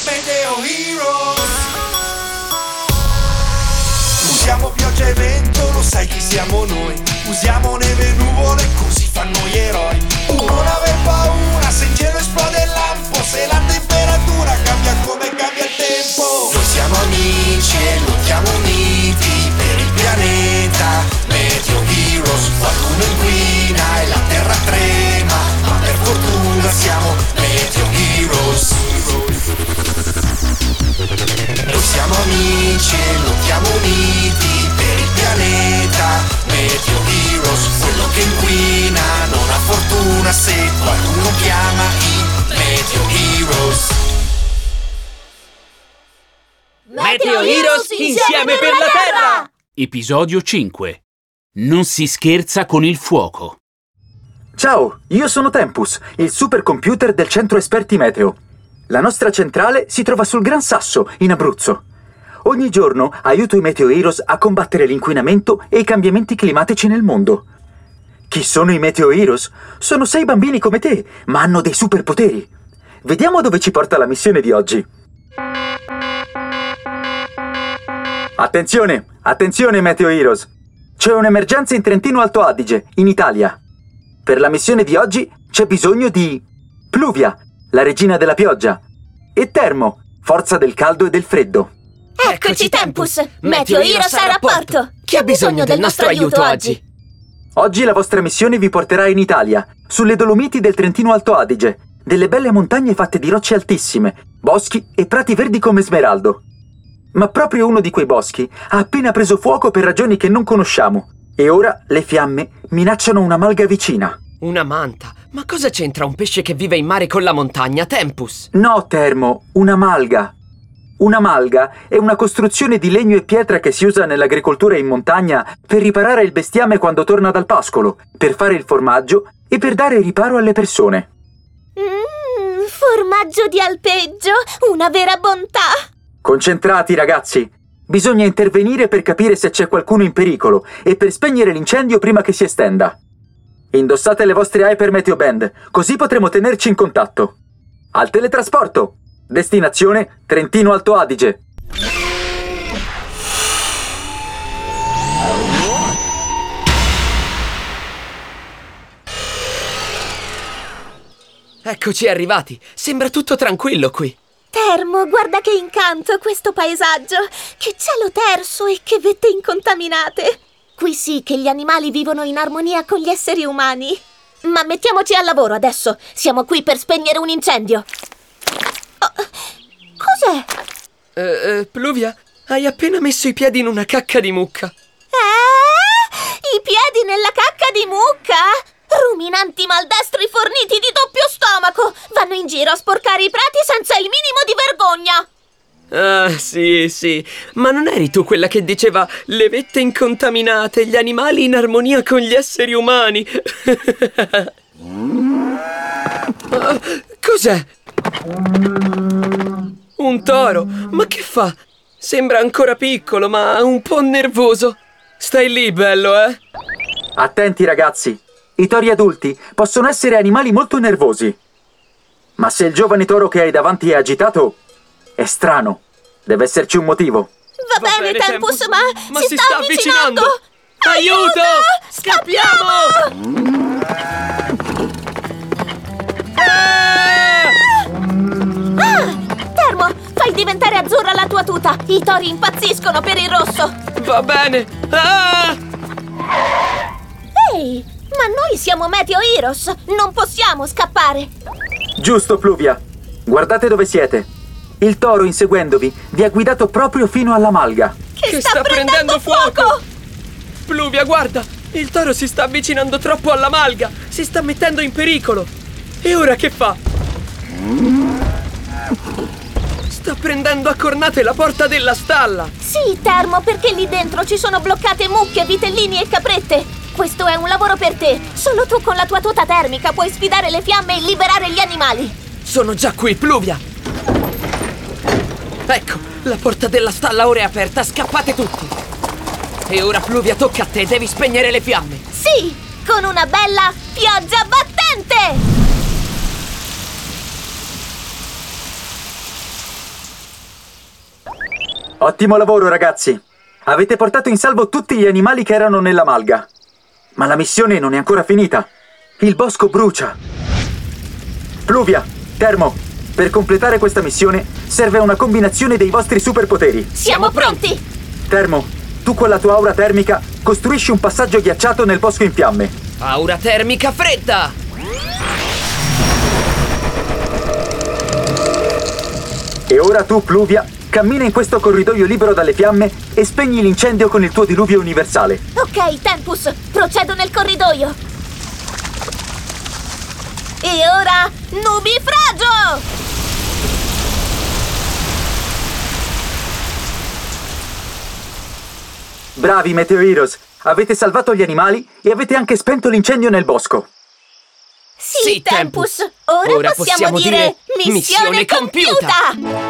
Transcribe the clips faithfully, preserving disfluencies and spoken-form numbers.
Meteo Heroes. Usiamo pioggia e vento, lo sai chi siamo noi. Usiamo neve e nuvole, così fanno gli eroi. Non aver paura se in cielo esplode il lampo, se la temperatura cambia come cambia il tempo. Noi siamo amici e lottiamo uniti per il pianeta. Meteo Heroes, qualcuno inquina e la terra trema, ma per fortuna siamo Meteo Heroes. Noi siamo amici e lottiamo uniti per il pianeta. Meteo Heroes, quello che inquina non ha fortuna se qualcuno chiama i Meteo Heroes. Meteo Heroes insieme per la Terra! Episodio cinque. Non si scherza con il fuoco. Ciao, io sono Tempus, il supercomputer del centro esperti meteo. La nostra centrale si trova sul Gran Sasso, in Abruzzo. Ogni giorno aiuto i Meteo Heroes a combattere l'inquinamento e i cambiamenti climatici nel mondo. Chi sono i Meteo Heroes? Sono sei bambini come te, ma hanno dei superpoteri. Vediamo dove ci porta la missione di oggi. Attenzione, attenzione Meteo Heroes! C'è un'emergenza in Trentino Alto Adige, in Italia. Per la missione di oggi c'è bisogno di Pluvia, la regina della pioggia, e Termo, forza del caldo e del freddo. Eccoci Tempus! Meteo Heroes a rapporto! Chi ha bisogno del nostro aiuto oggi? Oggi la vostra missione vi porterà in Italia, sulle Dolomiti del Trentino Alto Adige, delle belle montagne fatte di rocce altissime, boschi e prati verdi come smeraldo. Ma proprio uno di quei boschi ha appena preso fuoco per ragioni che non conosciamo, e ora le fiamme minacciano una malga vicina. Una manta? Ma cosa c'entra un pesce che vive in mare con la montagna, Tempus? No, Termo, una malga. Una malga è una costruzione di legno e pietra che si usa nell'agricoltura in montagna per riparare il bestiame quando torna dal pascolo, per fare il formaggio e per dare riparo alle persone. Mmm, formaggio di alpeggio, una vera bontà! Concentrati, ragazzi! Bisogna intervenire per capire se c'è qualcuno in pericolo e per spegnere l'incendio prima che si estenda. Indossate le vostre Hyper Meteo Band, così potremo tenerci in contatto. Al teletrasporto! Destinazione Trentino Alto Adige. Eccoci arrivati. Sembra tutto tranquillo qui. Termo, guarda che incanto questo paesaggio! Che cielo terso e che vette incontaminate! Qui sì che gli animali vivono in armonia con gli esseri umani. Ma mettiamoci al lavoro adesso. Siamo qui per spegnere un incendio. Oh, cos'è? Eh, eh, Pluvia, hai appena messo i piedi in una cacca di mucca. Eh? I piedi nella cacca di mucca? Ruminanti maldestri forniti di doppio stomaco! Vanno in giro a sporcare i prati senza il minimo di vergogna! Ah, sì, sì. Ma non eri tu quella che diceva le vette incontaminate, gli animali in armonia con gli esseri umani? Ah, cos'è? Un toro? Ma che fa? Sembra ancora piccolo, ma un po' nervoso. Stai lì, bello, eh? Attenti, ragazzi. I tori adulti possono essere animali molto nervosi. Ma se il giovane toro che hai davanti è agitato, è strano. Deve esserci un motivo. Va, Va bene, bene, Tempus, Tempus, ma, ma si, si sta, sta avvicinando! avvicinando. Aiuto! Aiuto! Scappiamo! Ah! ah! Termo, fai diventare azzurra la tua tuta! I tori impazziscono per il rosso! Va bene! Ah! Ehi, ma noi siamo Meteo Heroes! Non possiamo scappare! Giusto, Pluvia. Guardate dove siete. Il toro, inseguendovi, vi ha guidato proprio fino alla malga. Che, che sta, sta prendendo, prendendo fuoco! fuoco! Pluvia, guarda! Il toro si sta avvicinando troppo alla malga! Si sta mettendo in pericolo! E ora che fa? Sta prendendo a cornate la porta della stalla! Sì, Termo, perché lì dentro ci sono bloccate mucche, vitellini e caprette! Questo è un lavoro per te! Solo tu con la tua tuta termica puoi sfidare le fiamme e liberare gli animali! Sono già qui, Pluvia! Ecco, la porta della stalla ora è aperta, scappate tutti! E ora, Pluvia, tocca a te, devi spegnere le fiamme! Sì, con una bella pioggia battente! Ottimo lavoro, ragazzi! Avete portato in salvo tutti gli animali che erano nella malga. Ma la missione non è ancora finita. Il bosco brucia. Pluvia, Termo, per completare questa missione serve una combinazione dei vostri superpoteri. Siamo pronti! Termo, tu con la tua aura termica costruisci un passaggio ghiacciato nel bosco in fiamme. Aura termica fredda! E ora tu, Pluvia, cammina in questo corridoio libero dalle fiamme e spegni l'incendio con il tuo diluvio universale. Ok, Tempus, procedo nel corridoio. E ora, nubifragio! Bravi, Meteo Heroes! Avete salvato gli animali e avete anche spento l'incendio nel bosco. Sì, Sì, Tempus! Tempus. Ora, Ora possiamo, possiamo dire, dire missione missione compiuta!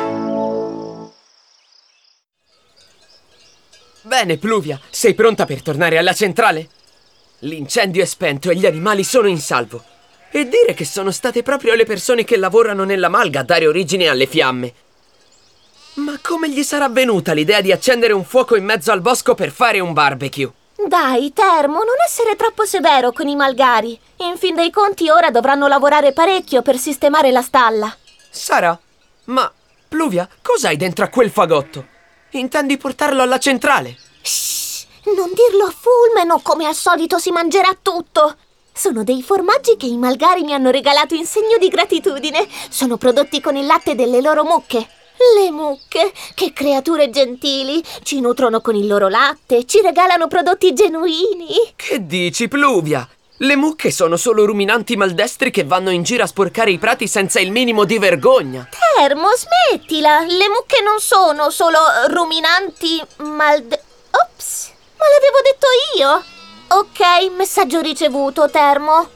Bene, Pluvia, sei pronta per tornare alla centrale? L'incendio è spento e gli animali sono in salvo. E dire che sono state proprio le persone che lavorano nella malga a dare origine alle fiamme. Ma come gli sarà venuta l'idea di accendere un fuoco in mezzo al bosco per fare un barbecue? Dai, Termo, non essere troppo severo con i malgari. In fin dei conti ora dovranno lavorare parecchio per sistemare la stalla. Sarà. Ma, Pluvia, cos'hai dentro a quel fagotto? Intendi portarlo alla centrale? Shh, non dirlo a Fulmen o come al solito si mangerà tutto. Sono dei formaggi che i malgari mi hanno regalato in segno di gratitudine. Sono prodotti con il latte delle loro mucche. Le mucche, che creature gentili, ci nutrono con il loro latte, ci regalano prodotti genuini. Che dici, Pluvia? Le mucche sono solo ruminanti maldestri che vanno in giro a sporcare i prati senza il minimo di vergogna. Termo, smettila! Le mucche non sono solo ruminanti malde... Ops, ma l'avevo detto io! Ok, messaggio ricevuto, Termo.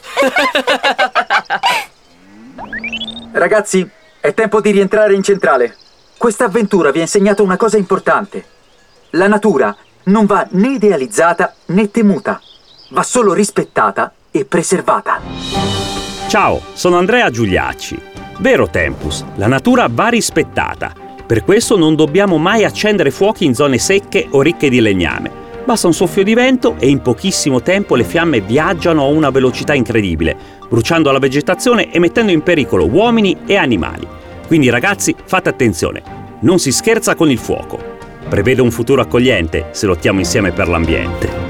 Ragazzi, è tempo di rientrare in centrale. Questa avventura vi ha insegnato una cosa importante. La natura non va né idealizzata né temuta. Va solo rispettata e preservata. Ciao, sono Andrea Giuliacci. Vero, Tempus, la natura va rispettata. Per questo non dobbiamo mai accendere fuochi in zone secche o ricche di legname. Basta un soffio di vento e in pochissimo tempo le fiamme viaggiano a una velocità incredibile, bruciando la vegetazione e mettendo in pericolo uomini e animali. Quindi ragazzi, fate attenzione, non si scherza con il fuoco. Prevedo un futuro accogliente se lottiamo insieme per l'ambiente.